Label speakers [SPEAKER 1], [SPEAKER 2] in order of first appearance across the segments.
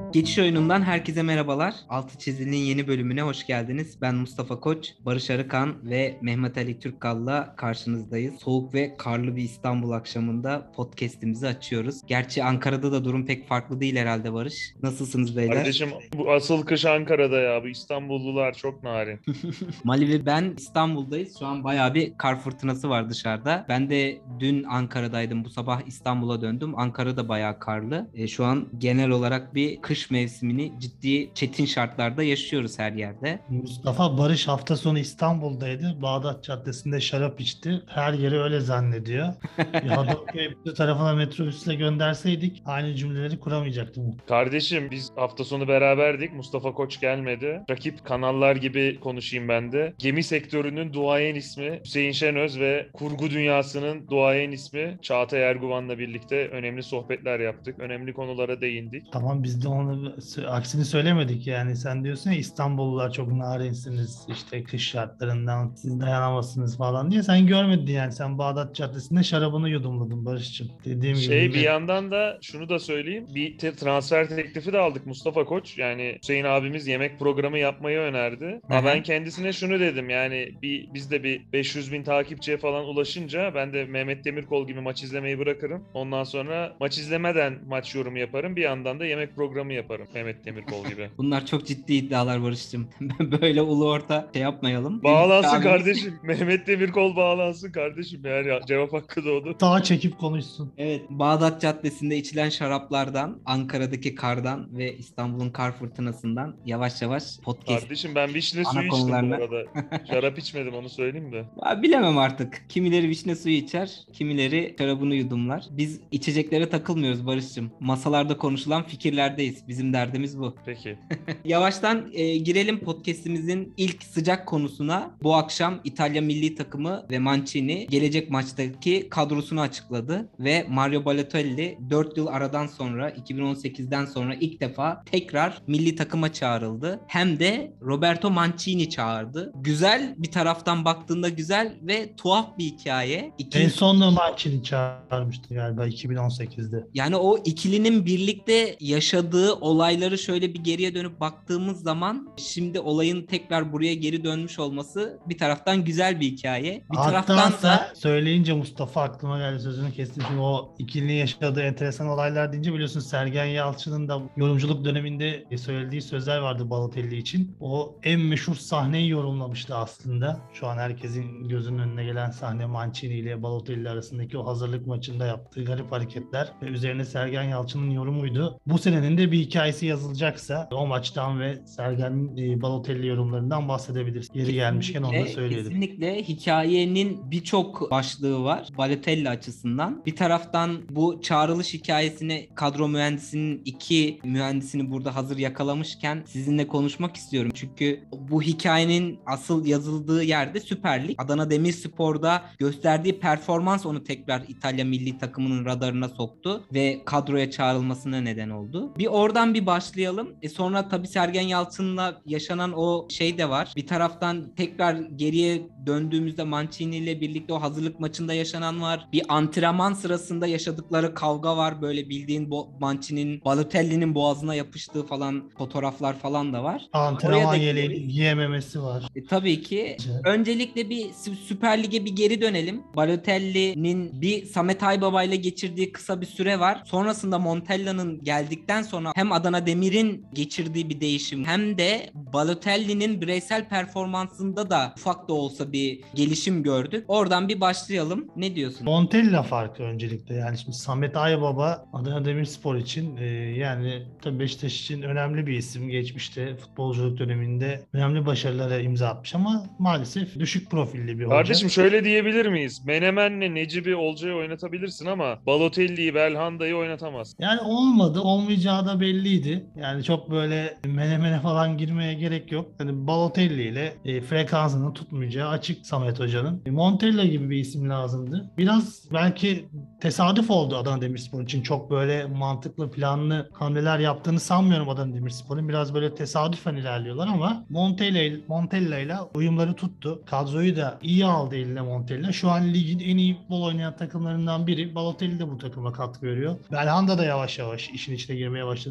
[SPEAKER 1] Geçiş oyunundan herkese merhabalar. Altı Çizili'nin yeni bölümüne hoş geldiniz. Ben Mustafa Koç, Barış Arıkan ve Mehmet Ali Türkkal'la karşınızdayız. Soğuk ve karlı bir İstanbul akşamında podcast'imizi açıyoruz. Gerçi Ankara'da da durum pek farklı değil herhalde Barış. Nasılsınız beyler?
[SPEAKER 2] Kardeşim bu asıl kış Ankara'da ya. Bu İstanbullular çok narin.
[SPEAKER 1] Mali ve ben İstanbul'dayız. Şu an bayağı bir kar fırtınası var dışarıda. Ben de dün Ankara'daydım. Bu sabah İstanbul'a döndüm. Ankara'da bayağı karlı. Şu an genel olarak bir kış mevsimini ciddi çetin şartlarda yaşıyoruz her yerde.
[SPEAKER 3] Mustafa Barış hafta sonu İstanbul'daydı. Bağdat Caddesi'nde şarap içti. Her yeri öyle zannediyor. Bir Hadımköy bu tarafına metrobüsle gönderseydik aynı cümleleri kuramayacaktı mu?
[SPEAKER 2] Kardeşim biz hafta sonu beraberdik. Mustafa Koç gelmedi. Rakip kanallar gibi konuşayım ben de. Gemi sektörünün duayen ismi Hüseyin Şenöz ve kurgu dünyasının duayen ismi Çağatay Erguvan'la birlikte önemli sohbetler yaptık. Önemli konulara değindik.
[SPEAKER 3] Tamam biz de onu aksini söylemedik yani. Sen diyorsun ya İstanbullular çok narinsiniz işte kış şartlarından siz dayanamazsınız falan diye. Sen görmedin yani. Sen Bağdat Caddesi'nde şarabını yudumladın Barış'cığım. Dediğim gibi
[SPEAKER 2] Bir
[SPEAKER 3] millet.
[SPEAKER 2] yandan da şunu da söyleyeyim. Bir transfer teklifi de aldık Mustafa Koç. Yani Hüseyin abimiz yemek programı yapmayı önerdi. Ama
[SPEAKER 1] Aha.
[SPEAKER 2] ben kendisine şunu dedim. Yani biz de bir 500 bin takipçiye falan ulaşınca ben de Mehmet Demirkol gibi maç izlemeyi bırakırım. Ondan sonra maç izlemeden maç yorumu yaparım. Bir yandan da yemek programı yaparım Mehmet Demirkol gibi.
[SPEAKER 1] Bunlar çok ciddi iddialar Barış'cığım. Böyle ulu orta şey yapmayalım. Belli ki
[SPEAKER 2] Bağlansın
[SPEAKER 1] abimiz.
[SPEAKER 2] kardeşim. Mehmet Demirkol bağlansın kardeşim. Yani cevap hakkı doğdu.
[SPEAKER 3] Sağa çekip konuşsun.
[SPEAKER 1] Evet, Bağdat Caddesi'nde içilen şaraplardan, Ankara'daki kardan ve İstanbul'un kar fırtınasından yavaş yavaş podcast
[SPEAKER 2] Kardeşim ben vişne
[SPEAKER 1] ana
[SPEAKER 2] suyu içtim bu
[SPEAKER 1] konularına.
[SPEAKER 2] arada. Şarap içmedim onu söyleyeyim de.
[SPEAKER 1] Ya bilemem artık. Kimileri vişne suyu içer, kimileri şarabını yudumlar. Biz içeceklere takılmıyoruz Barış'cığım. Masalarda konuşulan fikirlerdeyiz. Bizim derdimiz bu.
[SPEAKER 2] Peki.
[SPEAKER 1] Yavaştan girelim podcast'imizin ilk sıcak konusuna. Bu akşam İtalya milli takımı ve Mancini gelecek maçtaki kadrosunu açıkladı ve Mario Balotelli 4 yıl aradan sonra 2018'den sonra ilk defa tekrar milli takıma çağrıldı. Hem de Roberto Mancini çağırdı. Güzel, bir taraftan baktığında güzel ve tuhaf bir hikaye.
[SPEAKER 3] En son da Mancini çağırmıştı galiba 2018'de.
[SPEAKER 1] Yani o ikilinin birlikte yaşadığı olayları şöyle bir geriye dönüp baktığımız zaman şimdi olayın tekrar buraya geri dönmüş olması bir taraftan güzel bir hikaye. Bir
[SPEAKER 3] Hatta
[SPEAKER 1] taraftan
[SPEAKER 3] sen
[SPEAKER 1] da
[SPEAKER 3] söyleyince Mustafa aklıma geldi, sözünü kestim. Şimdi o ikilinin yaşadığı enteresan olaylar deyince biliyorsun Sergen Yalçın'ın da yorumculuk döneminde söylediği sözler vardı Balotelli için. O en meşhur sahneyi yorumlamıştı aslında. Şu an herkesin gözünün önüne gelen sahne Mancini ile Balotelli arasındaki o hazırlık maçında yaptığı garip hareketler ve üzerine Sergen Yalçın'ın yorumuydu. Bu senenin de bir hikayesi yazılacaksa o maçtan ve Sergen Balotelli yorumlarından bahsedebiliriz. Yeri gelmişken onu da söyleyelim.
[SPEAKER 1] kesinlikle hikayenin birçok başlığı var Balotelli açısından. Bir taraftan bu çağrılış hikayesini, kadro mühendisinin iki mühendisini burada hazır yakalamışken sizinle konuşmak istiyorum. Çünkü bu hikayenin asıl yazıldığı yerde Süper Lig. Adana Demirspor'da gösterdiği performans onu tekrar İtalya milli takımının radarına soktu ve kadroya çağrılmasına neden oldu. Bir oradan bir başlayalım. Sonra tabii Sergen Yalçın'la yaşanan o şey de var. Bir taraftan tekrar geriye döndüğümüzde Mancini ile birlikte o hazırlık maçında yaşanan var. Bir antrenman sırasında yaşadıkları kavga var. Böyle bildiğin Mancini'nin Balotelli'nin boğazına yapıştığı falan fotoğraflar falan da var. Oraya
[SPEAKER 3] Antrenman
[SPEAKER 1] da
[SPEAKER 3] yeleğini
[SPEAKER 1] gideriz.
[SPEAKER 3] giyememesi var.
[SPEAKER 1] Tabii ki. Öncelikle bir Süper Lig'e bir geri dönelim. Balotelli'nin bir Samet Aybaba ile geçirdiği kısa bir süre var. Sonrasında Montella'nın geldikten sonra hem Adana Demir'in geçirdiği bir değişim hem de Balotelli'nin bireysel performansında da ufak da olsa bir gelişim gördük. Oradan bir başlayalım. Ne diyorsun?
[SPEAKER 3] Montella farkı öncelikle, yani şimdi Samet Aybaba Adana Demirspor için yani tabii Beşiktaş için önemli bir isim. Geçmişte futbolculuk döneminde önemli başarılara imza atmış ama maalesef düşük profilli bir hoca.
[SPEAKER 2] Kardeşim şöyle diyebilir miyiz? Menemen'le Necip'i Olcay'ı oynatabilirsin ama Balotelli'yi, Belhanda'yı oynatamaz.
[SPEAKER 3] Yani olmadı, olmayacağı da belliydi. Yani çok böyle menemene falan girmeye gerek yok. Hani Balotelli ile frekansını tutmayacağı açık Samet Hoca'nın. Montella gibi bir isim lazımdı. Biraz belki tesadüf oldu Adana Demirspor için. Çok böyle mantıklı, planlı hamleler yaptığını sanmıyorum Adana Demirspor'un. Biraz böyle tesadüfen ilerliyorlar ama Montella ile uyumları tuttu. Kadroyu da iyi aldı eline Montella. Şu an ligin en iyi futbol oynayan takımlarından biri. Balotelli de bu takıma katkı veriyor. Belhanda da yavaş yavaş işin içine girmeye başladı.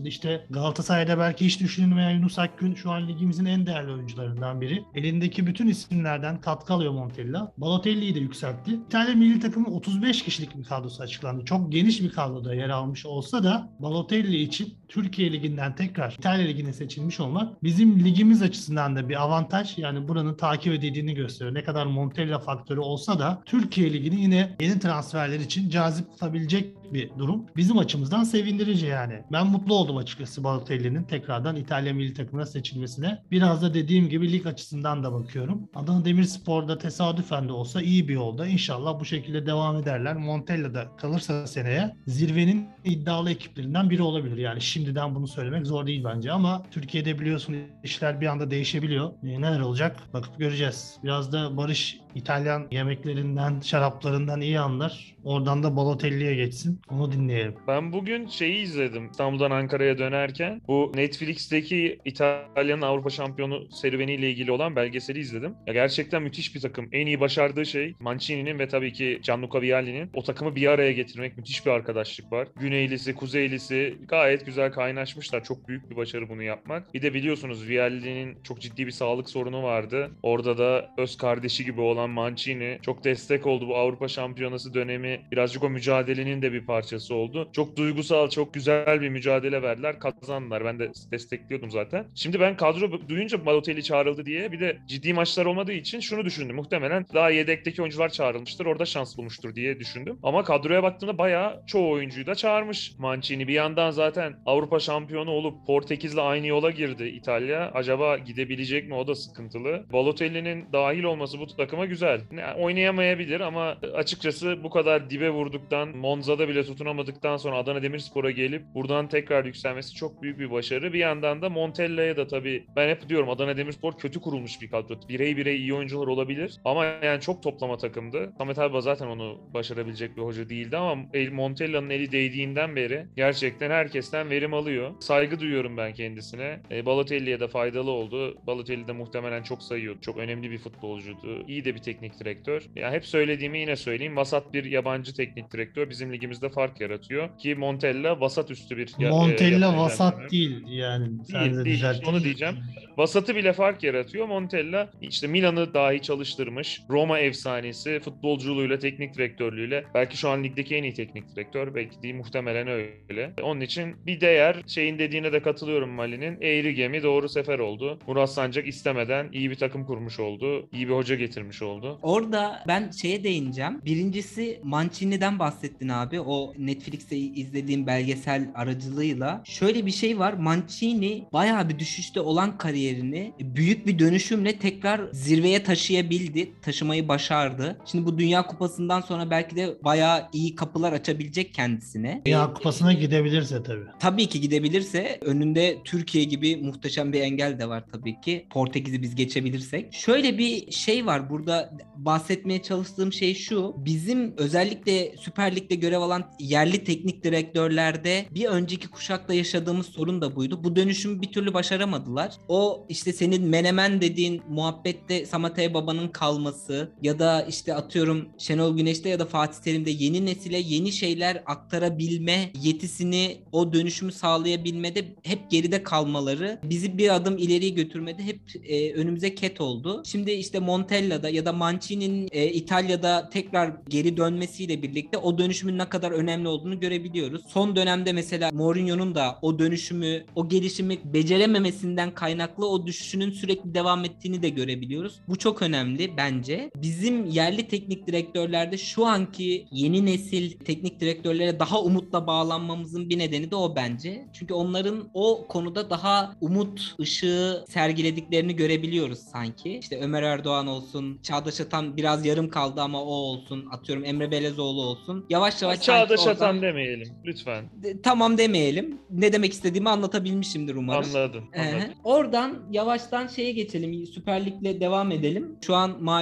[SPEAKER 3] İşte Galatasaray'da belki hiç düşünülmeyen Yunus Akgün şu an ligimizin en değerli oyuncularından biri. Elindeki bütün isimlerden katkı alıyor Montella. Balotelli'yi de yükseltti. İtalya milli takımı 35 kişilik bir kadrosu açıklandı. Çok geniş bir kadroda yer almış olsa da Balotelli için Türkiye Ligi'nden tekrar İtalya Ligi'ne seçilmiş olmak bizim ligimiz açısından da bir avantaj. Yani buranın takip edildiğini gösteriyor. Ne kadar Montella faktörü olsa da Türkiye Ligi'ni yine yeni transferler için cazip tutabilecek bir durum. Bizim açımızdan sevindirici yani. Ben mutlu oldum açıkçası Balotelli'nin tekrardan İtalya milli takımına seçilmesine. Biraz da dediğim gibi lig açısından da bakıyorum. Adana Demirspor'da tesadüfen de olsa iyi bir yolda. İnşallah bu şekilde devam ederler. Montella da kalırsa seneye zirvenin iddialı ekiplerinden biri olabilir. Yani şimdiden bunu söylemek zor değil bence ama Türkiye'de biliyorsun işler bir anda değişebiliyor. Neler olacak? Bakıp göreceğiz. Biraz da Barış İtalyan yemeklerinden, şaraplarından iyi anlar. Oradan da Balotelli'ye geçsin. Onu dinleyelim.
[SPEAKER 2] Ben bugün şeyi izledim İstanbul'dan Ankara'ya dönerken. Bu Netflix'teki İtalya'nın Avrupa şampiyonu serüveniyle ilgili olan belgeseli izledim. Ya gerçekten müthiş bir takım. En iyi başardığı şey Mancini'nin ve tabii ki Gianluca Vialli'nin o takımı bir araya getirmek. Müthiş bir arkadaşlık var. Güneylisi, kuzeylisi gayet güzel kaynaşmışlar. Çok büyük bir başarı bunu yapmak. Bir de biliyorsunuz Vialli'nin çok ciddi bir sağlık sorunu vardı. Orada da öz kardeşi gibi olan Mancini çok destek oldu. Bu Avrupa Şampiyonası dönemi birazcık o mücadelenin de bir parçası oldu. Çok duygusal, çok güzel bir mücadele verdiler. Kazandılar. Ben de destekliyordum zaten. Şimdi ben kadro duyunca Balotelli çağrıldı diye bir de ciddi maçlar olmadığı için şunu düşündüm. Muhtemelen daha yedekteki oyuncular çağrılmıştır. Orada şans bulmuştur diye düşündüm. Ama kadroya baktığımda bayağı çoğu oyuncuyu da çağırmış Mancini. Bir yandan zaten Avrupa şampiyonu olup Portekiz'le aynı yola girdi İtalya. Acaba gidebilecek mi? O da sıkıntılı. Balotelli'nin dahil olması bu takıma güzel. Oynayamayabilir ama açıkçası bu kadar dibe vurduktan, Monza'da bile tutunamadıktan sonra Adana Demirspor'a gelip buradan tekrar yükselmesi çok büyük bir başarı. Bir yandan da Montella'ya da tabii ben hep diyorum Adana Demirspor kötü kurulmuş bir kadro. Birey iyi oyuncular olabilir ama yani çok toplama takımdı. Samet Alba zaten onu başarabilecek bir hoca değildi ama Montella'nın eli değdiğinden beri gerçekten herkesten verim alıyor. Saygı duyuyorum ben kendisine. Balotelli'ye de faydalı oldu. Balotelli de muhtemelen çok sayıyordu. Çok önemli bir futbolcuydu. İyi de bir teknik direktör. Ya hep söylediğimi yine söyleyeyim. Vasat bir yabancı teknik direktör bizim ligimizde fark yaratıyor. Ki Montella vasat üstü bir
[SPEAKER 3] Montella
[SPEAKER 2] yabancı
[SPEAKER 3] vasat
[SPEAKER 2] antrenör.
[SPEAKER 3] değil yani. Sen de
[SPEAKER 2] Değil.
[SPEAKER 3] düzelt.
[SPEAKER 2] İşte onu diyeceğim. Vasatı bile fark yaratıyor. Montella işte Milan'ı dahi çalıştırmış. Roma efsanesi futbolculuğuyla, teknik direktörlüğüyle. Belki şu an ligdeki en iyi teknik direktör. Belki değil, muhtemelen öyle. Onun için bir değer. Şeyin dediğine de katılıyorum Mali'nin. Eğri gemi doğru sefer oldu. Murat Sancak istemeden iyi bir takım kurmuş oldu. İyi bir hoca getirmiş oldu.
[SPEAKER 1] Orada ben şeye değineceğim. Birincisi Mancini'den bahsettin abi. O Netflix'te izlediğim belgesel aracılığıyla. Şöyle bir şey var. Mancini bayağı bir düşüşte olan kariyerini büyük bir dönüşümle tekrar zirveye taşıyabildi. Taşımayı başardı. Şimdi bu Dünya Kupası'ndan sonra belki de bayağı iyi kapılar açabilecek kendisine.
[SPEAKER 3] Dünya Kupası'na gidebilirse tabii.
[SPEAKER 1] Tabii ki gidebilirse önünde Türkiye gibi muhteşem bir engel de var tabii ki. Portekiz'i biz geçebilirsek. Şöyle bir şey var burada bahsetmeye çalıştığım şey şu. Bizim özellikle Süper Lig'de görev alan yerli teknik direktörlerde bir önceki kuşakta yaşadığımız sorun da buydu. Bu dönüşümü bir türlü başaramadılar. O işte senin menemen dediğin muhabbette Samet Aybaba'nın kalması ya da işte atıyorum Şenol Güneş'te ya da Fatih Terim'de yeni nesile yeni şeyler aktarabilme yetisini, o dönüşümü sağlayabilmede hep geride kalmaları bizi bir adım ileriye götürmedi. Hep önümüze ket oldu. Şimdi işte Montella'da ya da Mancini'nin İtalya'da tekrar geri dönmesiyle birlikte o dönüşümün ne kadar önemli olduğunu görebiliyoruz. Son dönemde mesela Mourinho'nun da o dönüşümü, o gelişimi becerememesinden kaynaklı o düşüşünün sürekli devam ettiğini de görebiliyoruz. Bu çok önemli bence. Bizim yerli teknik direktörlerde şu anki yeni nesil teknik direktörlere daha umutla bağlanmamızın bir nedeni de o bence. Çünkü onların o konuda daha umut ışığı sergilediklerini görebiliyoruz sanki. İşte Ömer Erdoğan olsun, Çağdaş Atan biraz yarım kaldı ama o olsun. Atıyorum Emre Belezoğlu olsun. Yavaş yavaş
[SPEAKER 2] Çağdaş
[SPEAKER 1] oradan...
[SPEAKER 2] Atan demeyelim lütfen.
[SPEAKER 1] Tamam demeyelim. Ne demek istediğimi anlatabilmişimdir umarım.
[SPEAKER 2] Anladım.
[SPEAKER 1] Oradan yavaştan şeye geçelim. Süper Lig'le devam edelim. Şu an malum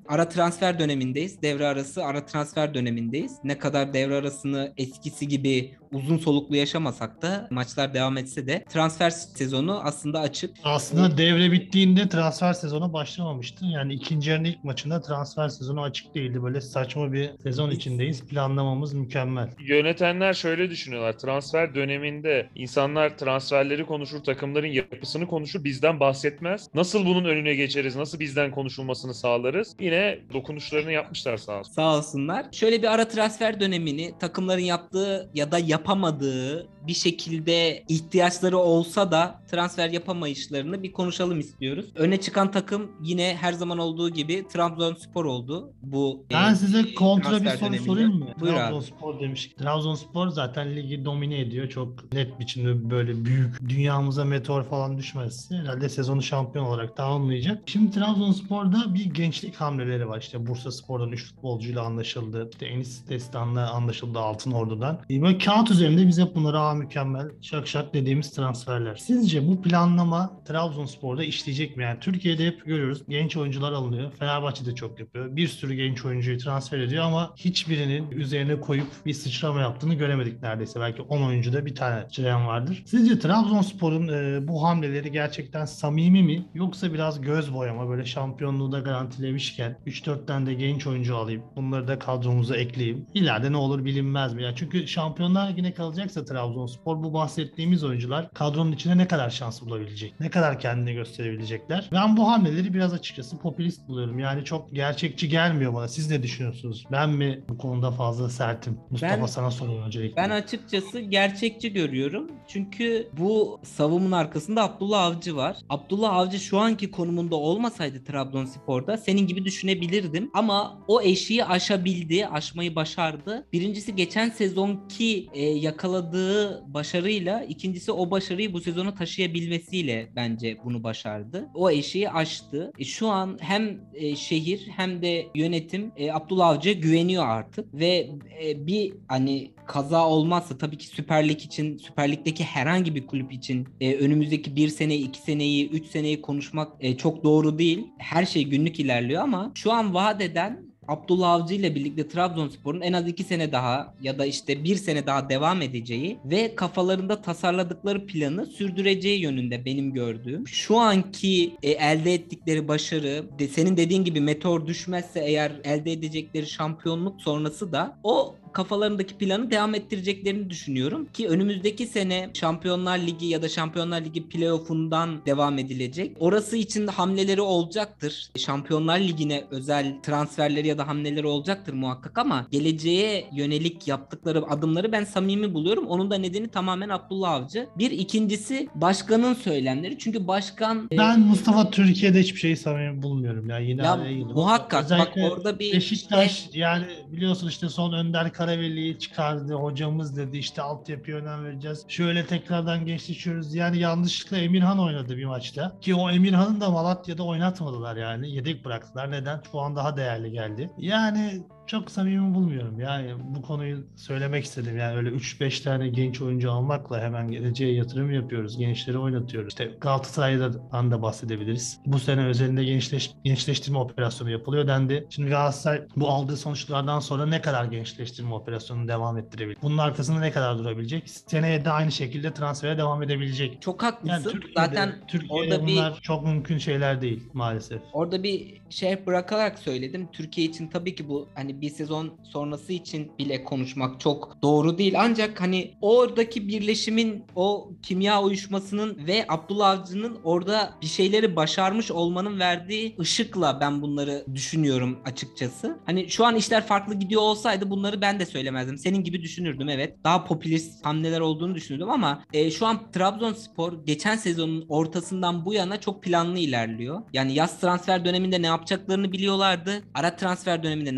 [SPEAKER 1] ara transfer dönemindeyiz. Devre arası ara transfer dönemindeyiz. Ne kadar devre arasını eskisi gibi uzun soluklu yaşamasak da, maçlar devam etse de transfer sezonu aslında açık.
[SPEAKER 3] Aslında devre bittiğinde transfer sezonu başlamamıştı. Yani ikinci yarının ilk maçında transfer sezonu açık değildi. Böyle saçma bir sezon içindeyiz. Planlamamız mükemmel.
[SPEAKER 2] Yönetenler şöyle düşünüyorlar. Transfer döneminde insanlar transferleri konuşur, takımların yapısını konuşur, bizden bahsetmez. Nasıl bunun önüne geçeriz, nasıl bizden konuşulmasını sağlarız? Yine dokunuşlarını yapmışlar sağ olsun.
[SPEAKER 1] Sağ olsunlar. Şöyle bir ara transfer dönemini, takımların yaptığı ya da yapamadığı, bir şekilde ihtiyaçları olsa da transfer yapamayışlarını bir konuşalım istiyoruz. Öne çıkan takım yine her zaman olduğu gibi Trabzonspor oldu.
[SPEAKER 3] Ben size kontra bir
[SPEAKER 1] transfer
[SPEAKER 3] soru
[SPEAKER 1] döneminde.
[SPEAKER 3] sorayım mı?
[SPEAKER 1] Buyur abi.
[SPEAKER 3] Trabzonspor demiştik. Trabzonspor zaten ligi domine ediyor. Çok net biçimde, böyle büyük, dünyamıza meteor falan düşmezse herhalde sezonu şampiyon olarak tamamlayacak. Şimdi Trabzonspor'da bir gençlik hamleleri var. İşte Bursaspor'dan 3 futbolcuyla anlaşıldı. İşte Enis Destan'la anlaşıldı Altınordu'dan. Böyle kağıt üzerinde biz hep bunlara mükemmel, şak şak dediğimiz transferler. Sizce bu planlama Trabzonspor'da işleyecek mi? Yani Türkiye'de hep görüyoruz. Genç oyuncular alınıyor. Fenerbahçe de çok yapıyor. Bir sürü genç oyuncuyu transfer ediyor ama hiçbirinin üzerine koyup bir sıçrama yaptığını göremedik neredeyse. Belki 10 oyuncuda bir tane çırayan vardır. Sizce Trabzonspor'un bu hamleleri gerçekten samimi mi? Yoksa biraz göz boyama, böyle şampiyonluğu da garantilemişken 3-4 tane de genç oyuncu alayım, bunları da kadromuza ekleyeyim, İleride ne olur bilinmez mi? Yani çünkü Şampiyonlar Ligi'ne kalacaksa Trabzonspor, bu bahsettiğimiz oyuncular kadronun içine ne kadar şans bulabilecek? Ne kadar kendini gösterebilecekler? Ben bu hamleleri biraz açıkçası popülist buluyorum. Yani çok gerçekçi gelmiyor bana. Siz ne düşünüyorsunuz? Ben mi bu konuda fazla sertim? Mustafa, sana sorayım öncelikle.
[SPEAKER 1] Ben açıkçası gerçekçi görüyorum. Çünkü bu savunmanın arkasında Abdullah Avcı var. Abdullah Avcı şu anki konumunda olmasaydı Trabzonspor'da senin gibi düşünebilirdim. Ama o eşiği aşabildi, aşmayı başardı. Birincisi geçen sezonki yakaladığı başarıyla, ikincisi o başarıyı bu sezona taşıyabilmesiyle bence bunu başardı. O eşiği aştı. Şu an hem şehir hem de yönetim Abdullah Avcı'ya güveniyor artık ve bir hani kaza olmazsa tabii ki Süper Lig için, Süper Lig'deki herhangi bir kulüp için önümüzdeki 1 seneyi, 2 seneyi, 3 seneyi konuşmak çok doğru değil. Her şey günlük ilerliyor ama şu an vaat eden Abdullah Avcı ile birlikte Trabzonspor'un en az 2 sene daha ya da işte 1 sene daha devam edeceği ve kafalarında tasarladıkları planı sürdüreceği yönünde benim gördüğüm. Şu anki elde ettikleri başarı, senin dediğin gibi meteor düşmezse eğer, elde edecekleri şampiyonluk sonrası da o kafalarındaki planı devam ettireceklerini düşünüyorum ki önümüzdeki sene Şampiyonlar Ligi ya da Şampiyonlar Ligi playoff'undan devam edilecek. Orası için hamleleri olacaktır. Şampiyonlar Ligi'ne özel transferleri ya da hamleleri olacaktır muhakkak ama geleceğe yönelik yaptıkları adımları ben samimi buluyorum. Onun da nedeni tamamen Abdullah Avcı. Bir ikincisi başkanın söylemleri. Çünkü başkan
[SPEAKER 3] Ben Mustafa, Türkiye'de hiçbir şeyi samimi bulmuyorum ya. Yine
[SPEAKER 1] ya
[SPEAKER 3] araya girdim.
[SPEAKER 1] muhakkak
[SPEAKER 3] Özellikle
[SPEAKER 1] bak orada bir
[SPEAKER 3] Beşiktaş, yani biliyorsun işte son Önder Karaveli'yi çıkardı. Hocamız dedi işte altyapıya önem vereceğiz. Şöyle tekrardan gençleşiyoruz. Yani yanlışlıkla Emirhan oynadı bir maçta. Ki o Emirhan'ı da Malatya'da oynatmadılar yani. Yedek bıraktılar. Neden? Puan daha değerli geldi. Yani çok samimi bulmuyorum. Yani bu konuyu söylemek istedim. Yani öyle 3-5 tane genç oyuncu almakla hemen geleceğe yatırım yapıyoruz. Gençleri oynatıyoruz. İşte Galatasaray'dan da bahsedebiliriz. Bu sene özelinde gençleştirme operasyonu yapılıyor dendi. Şimdi Galatasaray bu aldığı sonuçlardan sonra ne kadar gençleştirme operasyonunu devam ettirebilir? Bunun arkasında ne kadar durabilecek? Seneye de aynı şekilde transfere devam edebilecek.
[SPEAKER 1] çok
[SPEAKER 3] Yani
[SPEAKER 1] haklısın. Zaten
[SPEAKER 3] Türkiye'de
[SPEAKER 1] orada
[SPEAKER 3] bunlar çok mümkün şeyler değil maalesef.
[SPEAKER 1] orada bir şey bırakarak söyledim. Türkiye için tabii ki bu hani bir sezon sonrası için bile konuşmak çok doğru değil. Ancak hani oradaki birleşimin, o kimya uyuşmasının ve Abdullah Avcı'nın orada bir şeyleri başarmış olmanın verdiği ışıkla ben bunları düşünüyorum açıkçası. Hani şu an işler farklı gidiyor olsaydı bunları ben de söylemezdim. Senin gibi düşünürdüm, evet. Daha popülist hamleler olduğunu düşünürdüm ama şu an Trabzonspor geçen sezonun ortasından bu yana çok planlı ilerliyor. Yani yaz transfer döneminde ne yapacaklarını biliyorlardı. Ara transfer döneminde ne yapacaklarını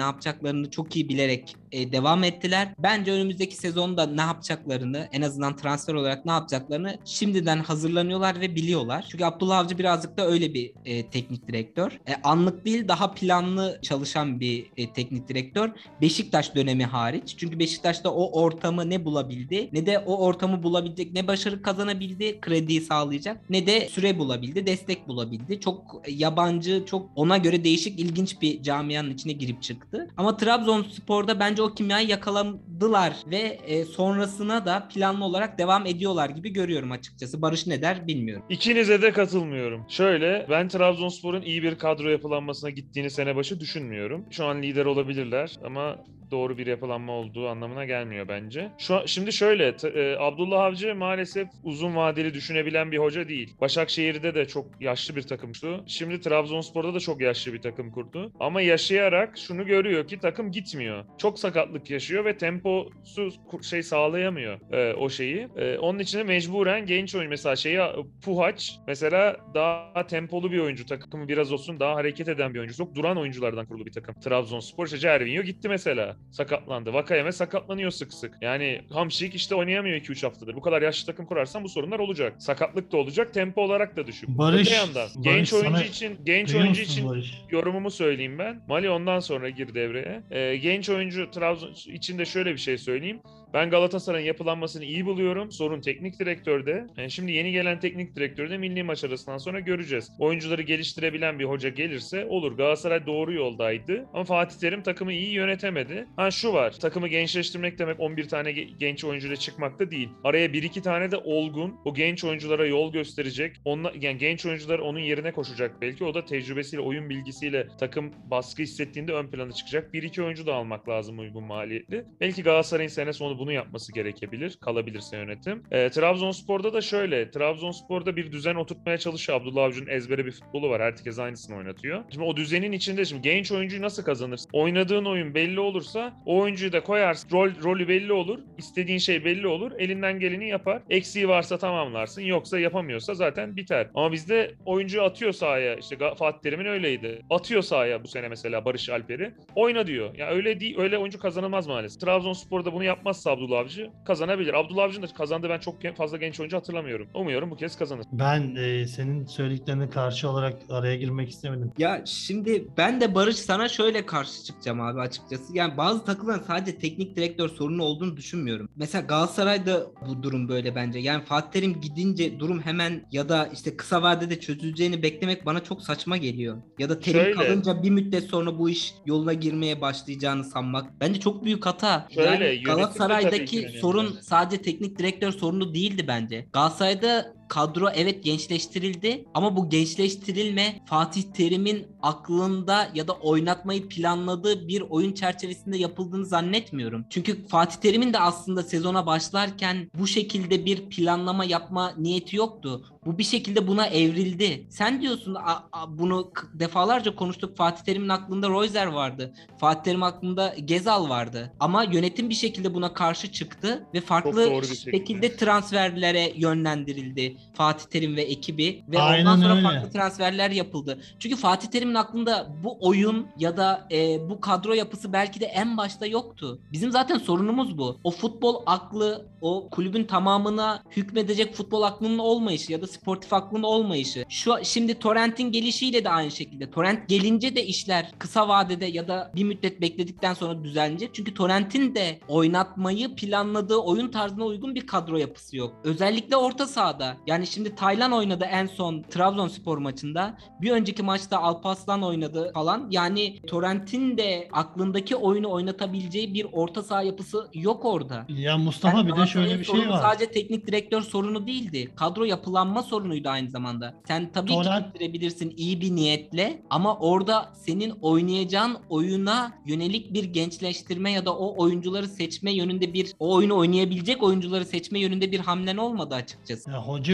[SPEAKER 1] yapacaklarını çok iyi bilerek devam ettiler. Bence önümüzdeki sezonda ne yapacaklarını, en azından transfer olarak ne yapacaklarını şimdiden hazırlanıyorlar ve biliyorlar. Çünkü Abdullah Avcı birazcık da öyle bir teknik direktör. Anlık değil, daha planlı çalışan bir teknik direktör. Beşiktaş dönemi hariç. Çünkü Beşiktaş'ta o ortamı ne bulabildi, ne de o ortamı bulabilecek, ne başarı kazanabildi, krediyi sağlayacak, ne de süre bulabildi, destek bulabildi. Çok yabancı, çok ona göre değişik, ilginç bir camianın içine girip çıktı. Ama Trabzonspor'da bence o kimyayı yakaladılar ve sonrasına da planlı olarak devam ediyorlar gibi görüyorum açıkçası. Barış ne der bilmiyorum.
[SPEAKER 2] İkinize de katılmıyorum. Şöyle, ben Trabzonspor'un iyi bir kadro yapılanmasına gittiğini sene başı düşünmüyorum. Şu an lider olabilirler ama doğru bir yapılanma olduğu anlamına gelmiyor bence. Şimdi şöyle, Abdullah Avcı maalesef uzun vadeli düşünebilen bir hoca değil. Başakşehir'de de çok yaşlı bir takımdı. Şimdi Trabzonspor'da da çok yaşlı bir takım kurdu. Ama yaşayarak şunu görüyor ki takım gitmiyor. Çok sakatlık yaşıyor ve temposu sağlayamıyor o şeyi. Onun için de mecburen genç oyuncu, mesela Puhaç mesela daha tempolu bir oyuncu. Takımı biraz olsun daha hareket eden bir oyuncu. Çok duran oyunculardan kurulu bir takım. Trabzonspor. İşte Cervinho gitti mesela. Sakatlandı. Vakayeme sakatlanıyor sık sık. Yani Hamşik işte oynayamıyor 2-3 haftadır. Bu kadar yaşlı takım kurarsan bu sorunlar olacak. Sakatlık da olacak. Tempo olarak da düşük.
[SPEAKER 3] Barış,
[SPEAKER 2] Öte yandan
[SPEAKER 3] Barış
[SPEAKER 2] genç
[SPEAKER 3] duyuyor
[SPEAKER 2] oyuncu
[SPEAKER 3] musun
[SPEAKER 2] için
[SPEAKER 3] Barış?
[SPEAKER 2] yorumumu söyleyeyim ben. Mali ondan sonra gir devreye. Genç oyuncu Trabzon için de şöyle bir şey söyleyeyim. Ben Galatasaray'ın yapılanmasını iyi buluyorum. Sorun teknik direktörde. Yani şimdi yeni gelen teknik direktörde milli maç arasından sonra göreceğiz. Oyuncuları geliştirebilen bir hoca gelirse olur. Galatasaray doğru yoldaydı. Ama Fatih Terim takımı iyi yönetemedi. Şu var. Takımı gençleştirmek demek 11 tane genç oyuncuyla çıkmak da değil. Araya 1-2 tane de olgun, o genç oyunculara yol gösterecek. Yani genç oyuncular onun yerine koşacak belki. O da tecrübesiyle, oyun bilgisiyle takım baskı hissettiğinde ön plana çıkacak. 1-2 oyuncu da almak lazım uygun maliyetli. Belki Galatasaray'ın sene sonu bunu yapması gerekebilir. Kalabilirse yönetim. Trabzonspor'da da şöyle. Trabzonspor'da bir düzen oturtmaya çalışıyor. Abdullah Avcı'nın ezbere bir futbolu var. Herkes aynısını oynatıyor. Şimdi o düzenin içinde şimdi genç oyuncuyu nasıl kazanırsın? Oynadığın oyun belli olursa o oyuncuyu da koyarsın. Rolü belli olur. İstediğin şey belli olur. Elinden geleni yapar. Eksiği varsa tamamlarsın. Yoksa yapamıyorsa zaten biter. Ama bizde oyuncuyu atıyor sahaya. İşte Fatih Terim'in öyleydi. Atıyor sahaya bu sene mesela Barış Alper'i. Oyna diyor. Ya öyle değil. Öyle oyuncu kazanılmaz maalesef. Trabzonspor'da bunu yapmazsa Abdullah Avcı kazanabilir. Abdullah Avcı'nın da kazandığı ben çok fazla genç oyuncu hatırlamıyorum. Umuyorum bu kez kazanır.
[SPEAKER 3] Ben senin söylediklerine karşı olarak araya girmek istemedim.
[SPEAKER 1] Ya şimdi ben de Barış sana şöyle karşı çıkacağım abi açıkçası. Yani bazı takımların sadece teknik direktör sorunu olduğunu düşünmüyorum. Mesela Galatasaray'da bu durum böyle bence. Yani Fatih Terim gidince durum hemen ya da işte kısa vadede çözüleceğini beklemek bana çok saçma geliyor. Ya da Terim
[SPEAKER 2] Şöyle.
[SPEAKER 1] kalınca bir müddet sonra bu iş yoluna girmeye başlayacağını sanmak bence çok büyük hata.
[SPEAKER 2] Şöyle,
[SPEAKER 1] Yani
[SPEAKER 2] yönetim de tabii
[SPEAKER 1] Galatasaray'daki
[SPEAKER 2] ki önemli.
[SPEAKER 1] sorun sadece teknik direktör sorunu değildi bence. Galatasaray'da kadro evet gençleştirildi ama bu gençleştirilme Fatih Terim'in aklında ya da oynatmayı planladığı bir oyun çerçevesinde yapıldığını zannetmiyorum. Çünkü Fatih Terim'in de aslında sezona başlarken bu şekilde bir planlama yapma niyeti yoktu. Bu bir şekilde buna evrildi. Sen diyorsun bunu defalarca konuştuk. Fatih Terim'in aklında Royzer vardı. Fatih Terim'in aklında Gezal vardı. Ama yönetim bir şekilde buna karşı çıktı ve farklı
[SPEAKER 2] doğru bir şekilde
[SPEAKER 1] transferlere yönlendirildi Fatih Terim ve ekibi ve
[SPEAKER 3] Aynen
[SPEAKER 1] ondan sonra
[SPEAKER 3] öyle.
[SPEAKER 1] farklı transferler yapıldı. Çünkü Fatih Terim'in aklında bu oyun ya da bu kadro yapısı belki de en başta yoktu. Bizim zaten sorunumuz bu. O futbol aklı, o kulübün tamamına hükmedecek futbol aklının olmayışı ya da sportif aklının olmayışı. Şimdi Torrent'in gelişiyle de aynı şekilde. Torrent gelince de işler kısa vadede ya da bir müddet bekledikten sonra düzelecek. Çünkü Torrent'in de oynatmayı planladığı oyun tarzına uygun bir kadro yapısı yok. Özellikle orta sahada. Yani şimdi Taylan oynadı en son Trabzonspor maçında. Bir önceki maçta Alparslan oynadı falan. Yani Torrent'in de aklındaki oyunu oynatabileceği bir orta saha yapısı yok orada.
[SPEAKER 3] Ya Mustafa
[SPEAKER 1] Yani
[SPEAKER 3] bir de şöyle bir şey
[SPEAKER 1] sorunu
[SPEAKER 3] var.
[SPEAKER 1] sadece teknik direktör sorunu değildi. Kadro yapılanma sorunuydu aynı zamanda. Sen tabii ki getirebilirsin iyi bir niyetle ama orada senin oynayacağın oyuna yönelik bir gençleştirme ya da o oyuncuları seçme yönünde o oyunu oynayabilecek oyuncuları seçme yönünde bir hamlen olmadı açıkçası.
[SPEAKER 3] Ya hoca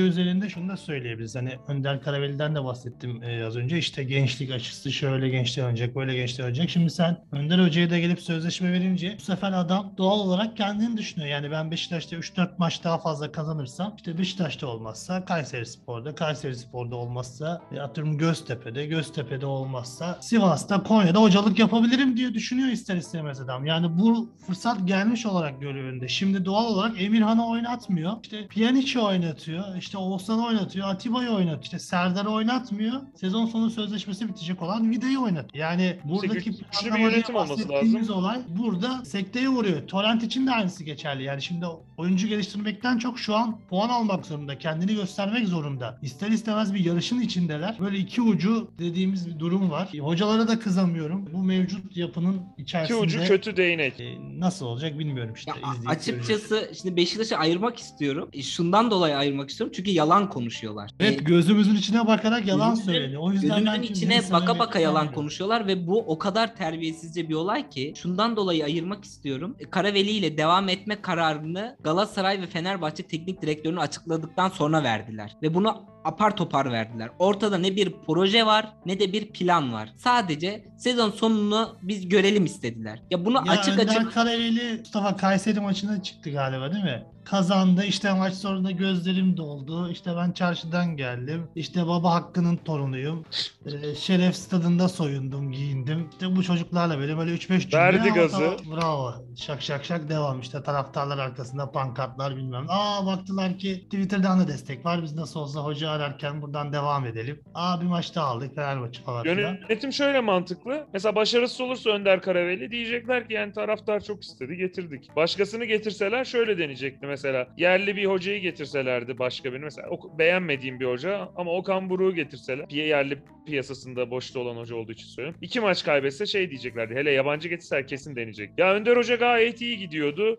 [SPEAKER 3] üzerinde şunu da söyleyebiliriz. Hani Önder Karaveli'den de bahsettim az önce. İşte gençlik açısı şöyle gençler oynayacak, böyle gençler oynayacak. Şimdi sen Önder Hoca'ya da gelip sözleşme verince bu sefer adam doğal olarak kendini düşünüyor. Yani ben Beşiktaş'ta 3-4 maç daha fazla kazanırsam işte Beşiktaş'ta olmazsa Kayserispor'da, Kayserispor'da olmazsa atıyorum Göztepe'de olmazsa Sivas'ta, Konya'da hocalık yapabilirim diye düşünüyor ister istemez adam. Yani bu fırsat gelmiş olarak görüyor önünde. Şimdi doğal olarak Emirhan'ı oynatmıyor. İşte Pjanic'i oynatıyor. İşte Oğuzhan'ı oynatıyor. Atiba'yı oynatıyor. İşte Serdar'ı oynatmıyor. Sezon sonu sözleşmesi bitecek olan Vida'yı oynatıyor. Yani buradaki
[SPEAKER 2] güçlü bir
[SPEAKER 3] planlamada
[SPEAKER 2] yönetim olması
[SPEAKER 3] bahsettiğimiz
[SPEAKER 2] lazım.
[SPEAKER 3] olay burada sekteye vuruyor. Torrent için de aynısı geçerli. Yani şimdi oyuncu geliştirmekten çok şu an puan almak zorunda. Kendini göstermek zorunda. İster istemez bir yarışın içindeler. Böyle iki ucu dediğimiz bir durum var. Hocalara da kızamıyorum. Bu mevcut yapının
[SPEAKER 2] İki ucu
[SPEAKER 3] içerisinde
[SPEAKER 2] kötü değnek.
[SPEAKER 3] nasıl olacak bilmiyorum işte.
[SPEAKER 1] Ya
[SPEAKER 3] İzleyip
[SPEAKER 1] açıkçası
[SPEAKER 3] göreceğiz.
[SPEAKER 1] şimdi Beşiktaş'ı ayırmak istiyorum. Şundan dolayı ayırmak istiyorum. Çünkü yalan konuşuyorlar.
[SPEAKER 3] Evet, gözümüzün içine bakarak yalan
[SPEAKER 1] Gözümüzün-
[SPEAKER 3] söyleniyor. O yüzden
[SPEAKER 1] Gözümüzün
[SPEAKER 3] ben
[SPEAKER 1] içine
[SPEAKER 3] kimsenin
[SPEAKER 1] baka baka yalan
[SPEAKER 3] samimiyetini
[SPEAKER 1] konuşuyorlar ve bu o kadar terbiyesizce bir olay ki şundan dolayı ayırmak istiyorum. Karaveli ile devam etme kararını Galatasaray ve Fenerbahçe teknik direktörünü açıkladıktan sonra verdiler. Ve bunu apar topar verdiler. Ortada ne bir proje var ne de bir plan var. Sadece sezon sonunu biz görelim istediler. Ya bunu
[SPEAKER 3] Ya
[SPEAKER 1] açık
[SPEAKER 3] Önder
[SPEAKER 1] açık
[SPEAKER 3] Karaveli Mustafa Kayseri maçına çıktı galiba değil mi? Kazandı işte maç sonunda gözlerim doldu. İşte ben çarşıdan geldim. İşte baba Hakkı'nın torunuyum. Şeref stadında soyundum, giyindim. İşte bu çocuklarla böyle 3-5 cümle.
[SPEAKER 2] Verdi
[SPEAKER 3] Ama
[SPEAKER 2] gazı.
[SPEAKER 3] tamam, bravo. Şak şak şak devam işte. Taraftarlar arkasında pankartlar bilmem. Baktılar ki Twitter'dan da destek var. Biz nasıl olsa hoca ararken buradan devam edelim. Bir maç daha aldık Fenerbahçe falan filan.
[SPEAKER 2] Yönetim şöyle mantıklı. Mesela başarısız olursa Önder Karaveli diyecekler ki yani taraftar çok istedi getirdik. Başkasını getirseler şöyle deneyecekti mesela. Yerli bir hocayı getirselerdi başka birini. Mesela beğenmediğim bir hoca ama Okan Buruk'u getirseler. Yerli piyasasında boşta olan hoca olduğu için söylüyorum. 2 maç kaybetse şey diyeceklerdi. Hele yabancı getirseler kesin deneyecek. Ya Önder Hoca gayet iyi gidiyordu.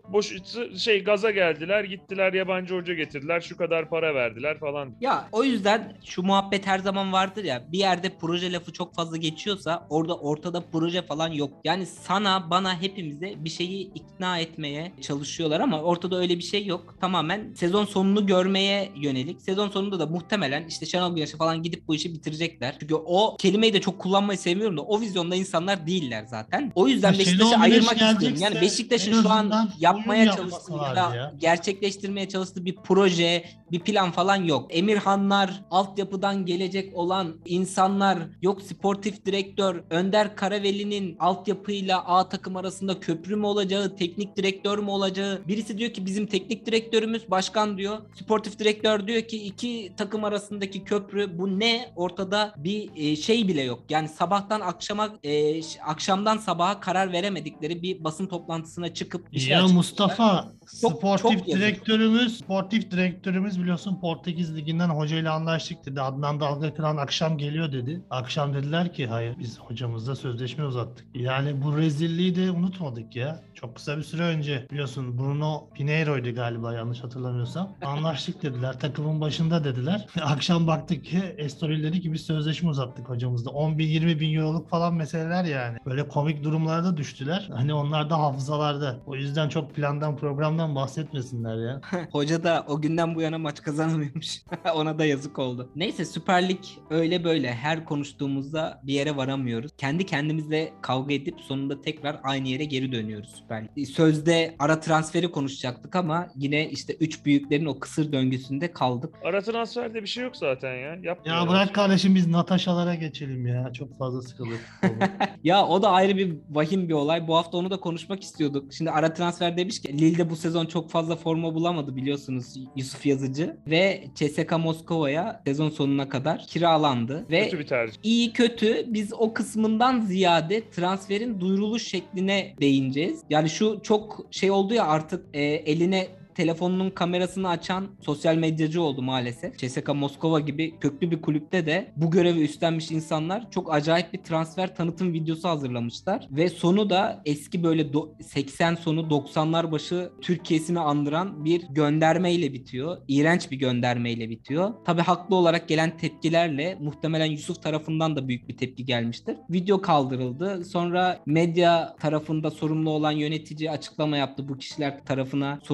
[SPEAKER 2] Gaza geldiler, gittiler yabancı hoca getirdiler. Şu kadar para verdiler falan.
[SPEAKER 1] ya o yüzden şu muhabbet her zaman vardır ya, bir yerde proje lafı çok fazla geçiyorsa orada ortada proje falan yok. Yani sana bana hepimize bir şeyi ikna etmeye çalışıyorlar ama ortada öyle bir şey yok. Tamamen sezon sonunu görmeye yönelik. Sezon sonunda da muhtemelen işte Şenol Güneş'e falan gidip bu işi bitirecekler. Çünkü o kelimeyi de çok kullanmayı sevmiyorum da o vizyonda insanlar değiller zaten. O yüzden
[SPEAKER 3] Ya
[SPEAKER 1] Beşiktaş'ı
[SPEAKER 3] Şenol Güneş
[SPEAKER 1] ayırmak istiyorum.
[SPEAKER 3] gelecekse
[SPEAKER 1] Yani Beşiktaş'ın
[SPEAKER 3] en
[SPEAKER 1] şu an
[SPEAKER 3] azından
[SPEAKER 1] yapmaya
[SPEAKER 3] oyun
[SPEAKER 1] çalıştığı ya
[SPEAKER 3] yapmasalardı
[SPEAKER 1] da
[SPEAKER 3] ya.
[SPEAKER 1] gerçekleştirmeye çalıştığı bir proje, bir plan falan yok. Emirhanlar, altyapıdan gelecek olan insanlar, yok sportif direktör, Önder Karaveli'nin altyapıyla A takım arasında köprü mü olacağı, teknik direktör mü olacağı. Birisi diyor ki bizim teknik direktörümüz başkan diyor. Sportif direktör diyor ki iki takım arasındaki köprü, bu ne? Ortada bir şey bile yok. Yani sabahtan akşama, akşamdan sabaha karar veremedikleri bir basın toplantısına çıkıp bir şey
[SPEAKER 3] Ya
[SPEAKER 1] açıkladılar.
[SPEAKER 3] Mustafa,
[SPEAKER 1] Çok yazık.
[SPEAKER 3] sportif direktörümüz biliyorsun Portekiz Ligi'nden hocayla anlaştık dedi. Adnan Dalgakıran akşam geliyor dedi. Akşam dediler ki hayır biz hocamızla sözleşme uzattık. Yani bu rezilliği de unutmadık ya. Çok kısa bir süre önce biliyorsun Bruno Pinheiro'ydu galiba yanlış hatırlamıyorsam. Anlaştık dediler. Takımın başında dediler. Akşam baktık ki Estoril dedi ki biz sözleşme uzattık hocamızla. 10 bin 20 bin euroluk falan meseleler yani. Böyle komik durumlarda düştüler. Hani onlar da hafızalarda. O yüzden çok plandan programdan bahsetmesinler ya.
[SPEAKER 1] Hoca da o günden bu yana maç kazanamıyormuş. Ona da yazık oldu. Neyse, Süper Lig öyle böyle. Her konuştuğumuzda bir yere varamıyoruz. Kendi kendimizle kavga edip sonunda tekrar aynı yere geri dönüyoruz Süper Lig. Sözde ara transferi konuşacaktık ama yine işte üç büyüklerin o kısır döngüsünde kaldık.
[SPEAKER 2] Ara transferde bir şey yok zaten ya.
[SPEAKER 3] Ya bırak kardeşim biz Natasha'lara geçelim ya. Çok fazla sıkıldık.
[SPEAKER 1] Ya o da ayrı bir vahim bir olay. Bu hafta onu da konuşmak istiyorduk. Şimdi ara transfer demiş ki Lille'de bu sezon çok fazla forma bulamadı biliyorsunuz Yusuf Yazıcı. Ve CSKA Moskova'ya sezon sonuna kadar kiralandı. Ve
[SPEAKER 2] Kötü bir tercih.
[SPEAKER 1] iyi kötü biz o kısmından ziyade transferin duyuruluş şekline değineceğiz. Yani şu çok şey oldu ya artık, eline telefonunun kamerasını açan sosyal medyacı oldu maalesef. CSKA Moskova gibi köklü bir kulüpte de bu görevi üstlenmiş insanlar çok acayip bir transfer tanıtım videosu hazırlamışlar. Ve sonu da eski böyle 80 sonu 90'lar başı Türkiye'sini andıran bir göndermeyle bitiyor. İğrenç bir göndermeyle bitiyor. Tabii haklı olarak gelen tepkilerle muhtemelen Yusuf tarafından da büyük bir tepki gelmiştir. Video kaldırıldı. Sonra medya tarafında sorumlu olan yönetici açıklama yaptı. Bu kişiler tarafına soruşturma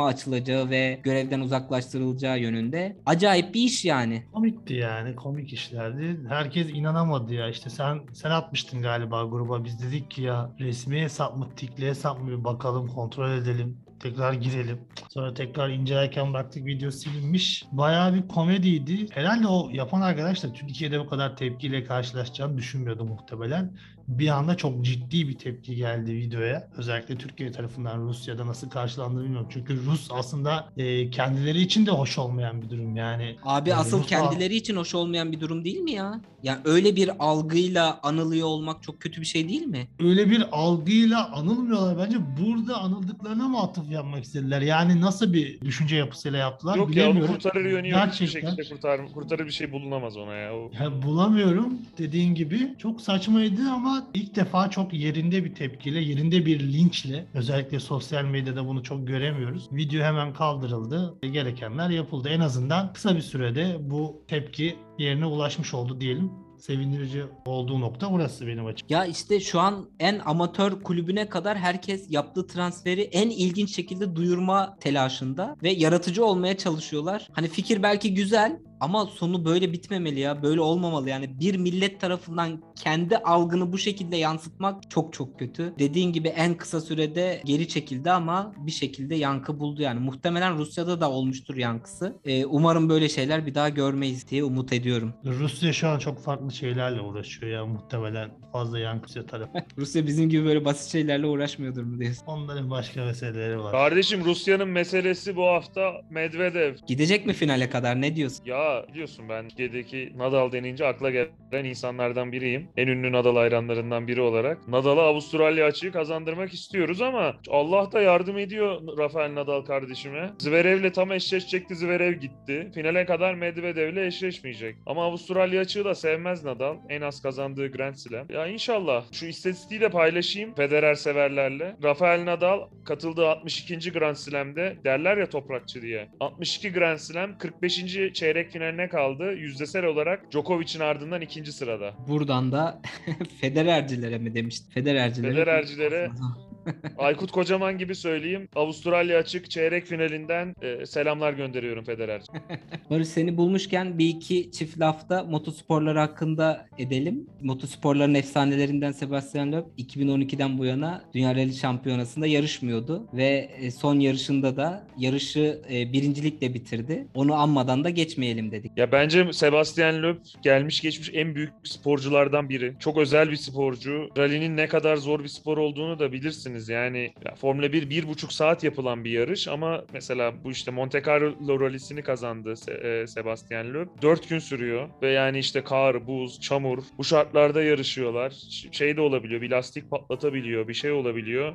[SPEAKER 1] açılacağı ve görevden uzaklaştırılacağı yönünde. Acayip bir iş yani.
[SPEAKER 3] Komikti yani, komik işlerdi. Herkes inanamadı ya. İşte sen atmıştın galiba gruba. Biz dedik ki ya resmi hesap mı, tikli hesap mı, bir bakalım, kontrol edelim. Tekrar girelim. Sonra tekrar incelerken baktık, video silinmiş. Bayağı bir komediydi. Herhalde o yapan arkadaş da Türkiye'de bu kadar tepkiyle karşılaşacağını düşünmüyordu muhtemelen. Bir anda çok ciddi bir tepki geldi videoya. Özellikle Türkiye tarafından, Rusya'da nasıl karşılandığını bilmiyorum. Çünkü Rus aslında kendileri için de hoş olmayan bir durum. Yani
[SPEAKER 1] Abi asıl
[SPEAKER 3] Rus
[SPEAKER 1] kendileri için hoş olmayan bir durum değil mi ya? Ya öyle bir algıyla anılıyor olmak çok kötü bir şey değil mi?
[SPEAKER 3] öyle bir algıyla anılmıyorlar. Bence burada anıldıklarına mı atıf yapmak istediler? Yani nasıl bir düşünce yapısıyla yaptılar
[SPEAKER 2] Yok ya, onu
[SPEAKER 3] bilemiyorum.
[SPEAKER 2] kurtarır yönü yok. Hiçbir
[SPEAKER 3] Gerçekten.
[SPEAKER 2] şekilde kurtarır bir şey bulunamaz ona ya.
[SPEAKER 3] Ya bulamıyorum, dediğin gibi. Çok saçmaydı ama ilk defa çok yerinde bir tepkiyle, yerinde bir linçle, özellikle sosyal medyada bunu çok göremiyoruz. Video hemen kaldırıldı. Gerekenler yapıldı. En azından kısa bir sürede bu tepki yerine ulaşmış oldu diyelim. Sevindirici olduğu nokta burası benim açım.
[SPEAKER 1] Ya işte şu an en amatör kulübüne kadar herkes yaptığı transferi en ilginç şekilde duyurma telaşında ve yaratıcı olmaya çalışıyorlar. Hani fikir belki güzel ama sonu böyle bitmemeli ya. Böyle olmamalı yani. Bir millet tarafından kendi algını bu şekilde yansıtmak çok çok kötü. Dediğin gibi en kısa sürede geri çekildi ama bir şekilde yankı buldu yani. Muhtemelen Rusya'da da olmuştur yankısı. Umarım böyle şeyler bir daha görmeyiz diye umut ediyorum.
[SPEAKER 3] Rusya şu an çok farklı şeylerle uğraşıyor ya, muhtemelen fazla yankısı tarafı.
[SPEAKER 1] Rusya bizim gibi böyle basit şeylerle uğraşmıyordur mu diyorsun?
[SPEAKER 3] Onların başka meseleleri var.
[SPEAKER 2] Kardeşim, Rusya'nın meselesi bu hafta Medvedev.
[SPEAKER 1] Gidecek mi finale kadar, ne diyorsun?
[SPEAKER 2] Ya biliyorsun, ben Türkiye'deki Nadal denince akla gelen insanlardan biriyim. En ünlü Nadal hayranlarından biri olarak. Nadal'a Avustralya açığı kazandırmak istiyoruz ama Allah da yardım ediyor Rafael Nadal kardeşime. Zverev'le tam eşleşecekti, Zverev gitti. Finale kadar Medvedev'le eşleşmeyecek. Ama Avustralya açığı da sevmez Nadal. En az kazandığı Grand Slam. Ya inşallah. Şu istatistiği de paylaşayım Federer severlerle. Rafael Nadal katıldığı 62. Grand Slam'de, derler ya toprakçı diye, 62 Grand Slam, 45. çeyrek finaline kaldı. Yüzdesel olarak Djokovic'in ardından 2. sırada.
[SPEAKER 1] Buradan da Federercilere mi demiştin?
[SPEAKER 2] Federercilere Aykut Kocaman gibi söyleyeyim. Avustralya açık çeyrek finalinden selamlar gönderiyorum Federer.
[SPEAKER 1] Barış, seni bulmuşken bir iki çift lafta motosporlar hakkında edelim. Motosporların efsanelerinden Sebastian Loeb 2012'den bu yana Dünya Rally Şampiyonası'nda yarışmıyordu ve son yarışında da yarışı birincilikle bitirdi. Onu anmadan da geçmeyelim dedik.
[SPEAKER 2] Ya bence Sebastian Loeb gelmiş geçmiş en büyük sporculardan biri. Çok özel bir sporcu. Rally'nin ne kadar zor bir spor olduğunu da bilirsiniz. Yani ya Formula 1 1,5 saat yapılan bir yarış ama mesela bu işte Monte Carlo rally'sini kazandı Sebastian Loeb. 4 gün sürüyor ve yani işte kar, buz, çamur, bu şartlarda yarışıyorlar. Şey de olabiliyor, bir lastik patlatabiliyor, bir şey olabiliyor.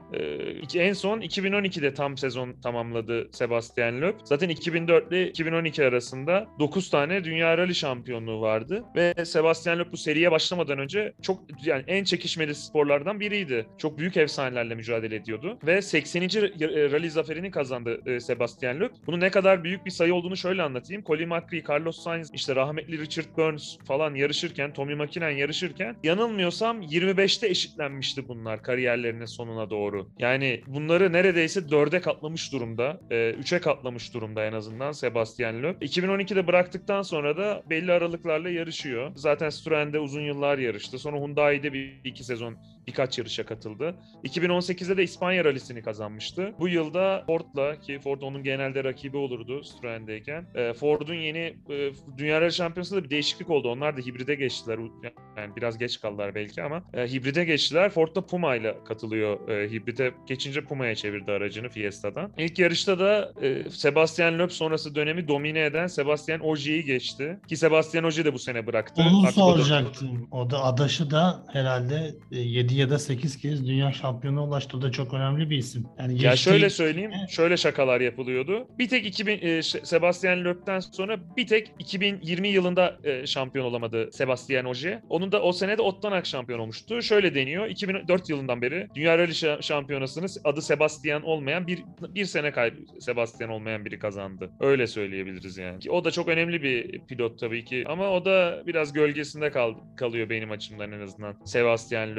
[SPEAKER 2] En son 2012'de tam sezon tamamladı Sebastian Loeb. Zaten 2004 ile 2012 arasında 9 tane Dünya Rally şampiyonluğu vardı ve Sebastian Loeb bu seriye başlamadan önce çok, yani en çekişmeli sporlardan biriydi. Çok büyük efsanelerle mücadele ediyordu ve 80. rally zaferini kazandı Sebastian Loeb. Bunun ne kadar büyük bir sayı olduğunu şöyle anlatayım. Colin McRae, Carlos Sainz, işte rahmetli Richard Burns falan yarışırken, Tommy Mäkinen yarışırken, yanılmıyorsam 25'te eşitlenmişti bunlar kariyerlerinin sonuna doğru. Yani bunları neredeyse 4'e katlamış durumda. 3'e katlamış durumda en azından Sebastian Loeb. 2012'de bıraktıktan sonra da belli aralıklarla yarışıyor. Zaten Citroen'de uzun yıllar yarıştı. Sonra Hyundai'de bir iki sezon birkaç yarışa katıldı. 2018'de de İspanya rallisini kazanmıştı. Bu yılda Ford'la, ki Ford onun genelde rakibi olurdu Citroen'deyken, Ford'un yeni Dünya Rally Şampiyonası'nda bir değişiklik oldu. Onlar da hibride geçtiler. Yani biraz geç kaldılar belki ama hibride geçtiler. Ford da Puma ile katılıyor. Hibride geçince Puma'ya çevirdi aracını Fiesta'dan. İlk yarışta da Sebastian Loeb sonrası dönemi domine eden Sebastian Ogier'i geçti. Ki Sebastian Ogier de bu sene bıraktı.
[SPEAKER 3] Onu
[SPEAKER 2] Artık o da...
[SPEAKER 3] soracaktım. O da adaşı da herhalde 7 ya da 8 kez dünya şampiyonuna ulaştı. O da çok önemli bir isim. Yani
[SPEAKER 2] Ya
[SPEAKER 3] geçtiği-
[SPEAKER 2] şöyle söyleyeyim, şöyle şakalar yapılıyordu. Bir tek Sebastian Loeb'den sonra bir tek 2020 yılında şampiyon olamadı Sebastian Ogier. Onun da o sene de Ottonak şampiyon olmuştu. Şöyle deniyor, 2004 yılından beri Dünya Rally Şampiyonası'nı adı Sebastian olmayan bir sene Sebastian olmayan biri kazandı. Öyle söyleyebiliriz yani. Ki o da çok önemli bir pilot tabii ki ama o da biraz gölgesinde kalıyor benim açımdan en azından Sebastian Loeb'ün.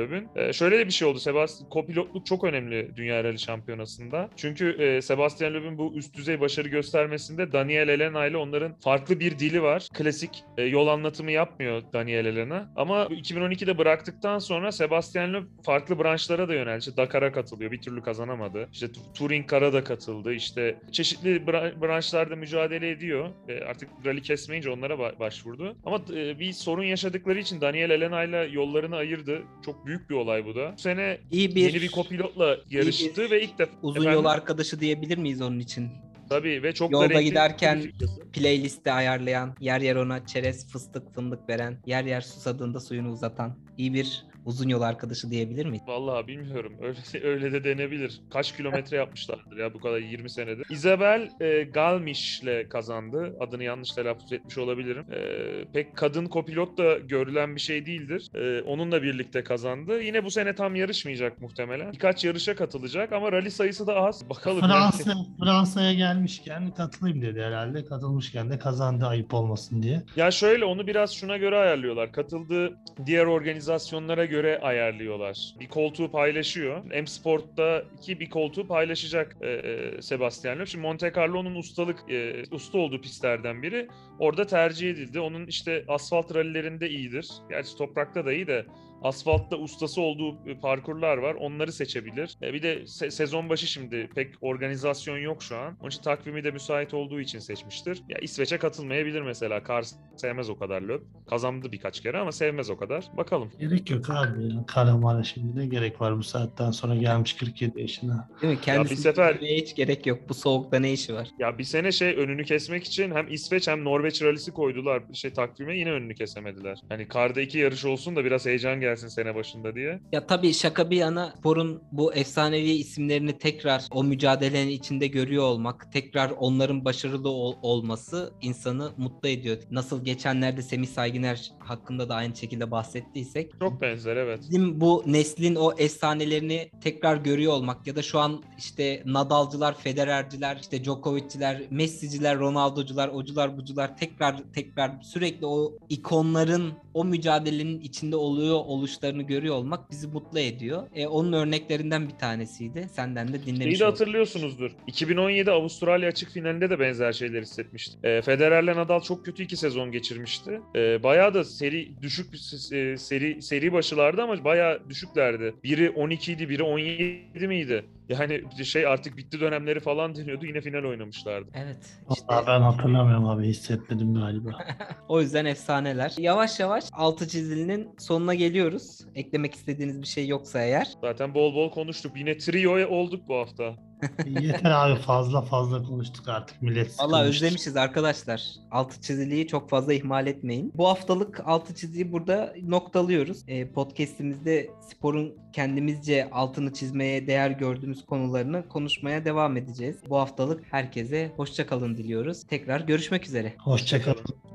[SPEAKER 2] Şöyle de bir şey oldu. Kopilotluk çok önemli Dünya Rally Şampiyonası'nda. Çünkü Sebastian Loeb'in bu üst düzey başarı göstermesinde Daniel Elena ile onların farklı bir dili var. Klasik yol anlatımı yapmıyor Daniel Elena. Ama 2012'de bıraktıktan sonra Sebastian Loeb farklı branşlara da yöneldi. İşte Dakar'a katılıyor. Bir türlü kazanamadı. İşte Touring Car'a da katıldı. İşte çeşitli branşlarda mücadele ediyor. Artık rally kesmeyince onlara başvurdu. Ama bir sorun yaşadıkları için Daniel Elena ile yollarını ayırdı. Çok büyük bir olay bu da. Bu sene yeni bir kopilotla yarıştı ve ilk defa...
[SPEAKER 1] Uzun yol arkadaşı diyebilir miyiz onun için?
[SPEAKER 2] Tabii ve çok da
[SPEAKER 1] Yolda
[SPEAKER 2] renkli
[SPEAKER 1] giderken
[SPEAKER 2] bir
[SPEAKER 1] playlist'te ayarlayan, yer yer ona çerez, fıstık, fındık veren, yer yer susadığında suyunu uzatan iyi bir uzun yol arkadaşı diyebilir miyiz?
[SPEAKER 2] Vallahi bilmiyorum. Öyle de denebilir. Kaç kilometre yapmışlardır ya bu kadar 20 senedir. Isabel Galmisch'le kazandı. Adını yanlış telaffuz etmiş olabilirim. Pek kadın kopilot da görülen bir şey değildir. Onunla birlikte kazandı. Yine bu sene tam yarışmayacak muhtemelen. Birkaç yarışa katılacak ama rally sayısı da az. Bakalım.
[SPEAKER 3] Fransa'ya gelmişken katılayım dedi herhalde. Katılmışken de kazandı ayıp olmasın diye.
[SPEAKER 2] Ya şöyle onu biraz şuna göre ayarlıyorlar. Katıldığı diğer organizasyonlara göre ayarlıyorlar. Bir koltuğu paylaşıyor. M-Sport'taki bir koltuğu paylaşacak Sebastian Loeb. Şimdi Monte Carlo'nun usta olduğu pistlerden biri. Orada tercih edildi. Onun işte asfalt rallilerinde iyidir. Gerçi toprakta da iyi de asfaltta ustası olduğu parkurlar var. Onları seçebilir. Bir de sezon başı şimdi pek organizasyon yok şu an. Onun için takvimi de müsait olduğu için seçmiştir. Ya İsveç'e katılmayabilir mesela. Kar sevmez o kadar Loeb. Kazandı birkaç kere ama sevmez o kadar. Bakalım.
[SPEAKER 3] Gerek yok abi ya. Karamara şimdi ne gerek var bu saatten sonra gelmiş 47 yaşına.
[SPEAKER 1] Değil mi? Kendisine hiç gerek yok. Bu soğukta ne işi var?
[SPEAKER 2] Ya bir sene önünü kesmek için hem İsveç hem Norveç rallisi koydular takvime, yine önünü kesemediler. Hani karda 2 yarış olsun da biraz heyecan gelsin sene başında diye.
[SPEAKER 1] Ya tabii şaka bir yana sporun bu efsanevi isimlerini tekrar o mücadelenin içinde görüyor olmak, tekrar onların başarılı olması insanı mutlu ediyor. Nasıl geçenlerde Semih Saygıner hakkında da aynı şekilde bahsettiysek.
[SPEAKER 2] Çok benzer, evet.
[SPEAKER 1] Bizim bu neslin o efsanelerini tekrar görüyor olmak ya da şu an işte Nadal'cılar, Federer'ciler, işte Djokovic'ciler, Messi'ciler, Ronaldo'cular, ocular, bucular tekrar sürekli o ikonların o mücadelenin içinde oluşlarını görüyor olmak bizi mutlu ediyor. Onun örneklerinden bir tanesiydi. Senden de dinlemiş
[SPEAKER 2] Şeyi de hatırlıyorsunuzdur. 2017 Avustralya açık finalinde de benzer şeyler hissetmiştim. Federer'le Nadal çok kötü 2 sezon geçirmişti. Bayağı da seri başılardı ama bayağı düşüklerdi. Biri 12 idi, biri 17 miydi? Yani artık bitti dönemleri falan deniyordu. Yine final oynamışlardı.
[SPEAKER 1] Evet.
[SPEAKER 3] İşte... Ben hatırlamıyorum abi. Hissetmedim galiba.
[SPEAKER 1] O yüzden efsaneler. Yavaş yavaş altı çizilinin sonuna geliyoruz. Eklemek istediğiniz bir şey yoksa eğer.
[SPEAKER 2] Zaten bol bol konuştuk. Yine trio olduk bu hafta.
[SPEAKER 3] Yeter abi, fazla konuştuk artık, millet sıkılmıştır.
[SPEAKER 1] Vallahi özlemişiz arkadaşlar. Altı çiziliyi çok fazla ihmal etmeyin. Bu haftalık altı çiziliyi burada noktalıyoruz. Podcast'imizde sporun kendimizce altını çizmeye değer gördüğümüz konularını konuşmaya devam edeceğiz. Bu haftalık herkese hoşça kalın diliyoruz. Tekrar görüşmek üzere.
[SPEAKER 3] Hoşça kalın.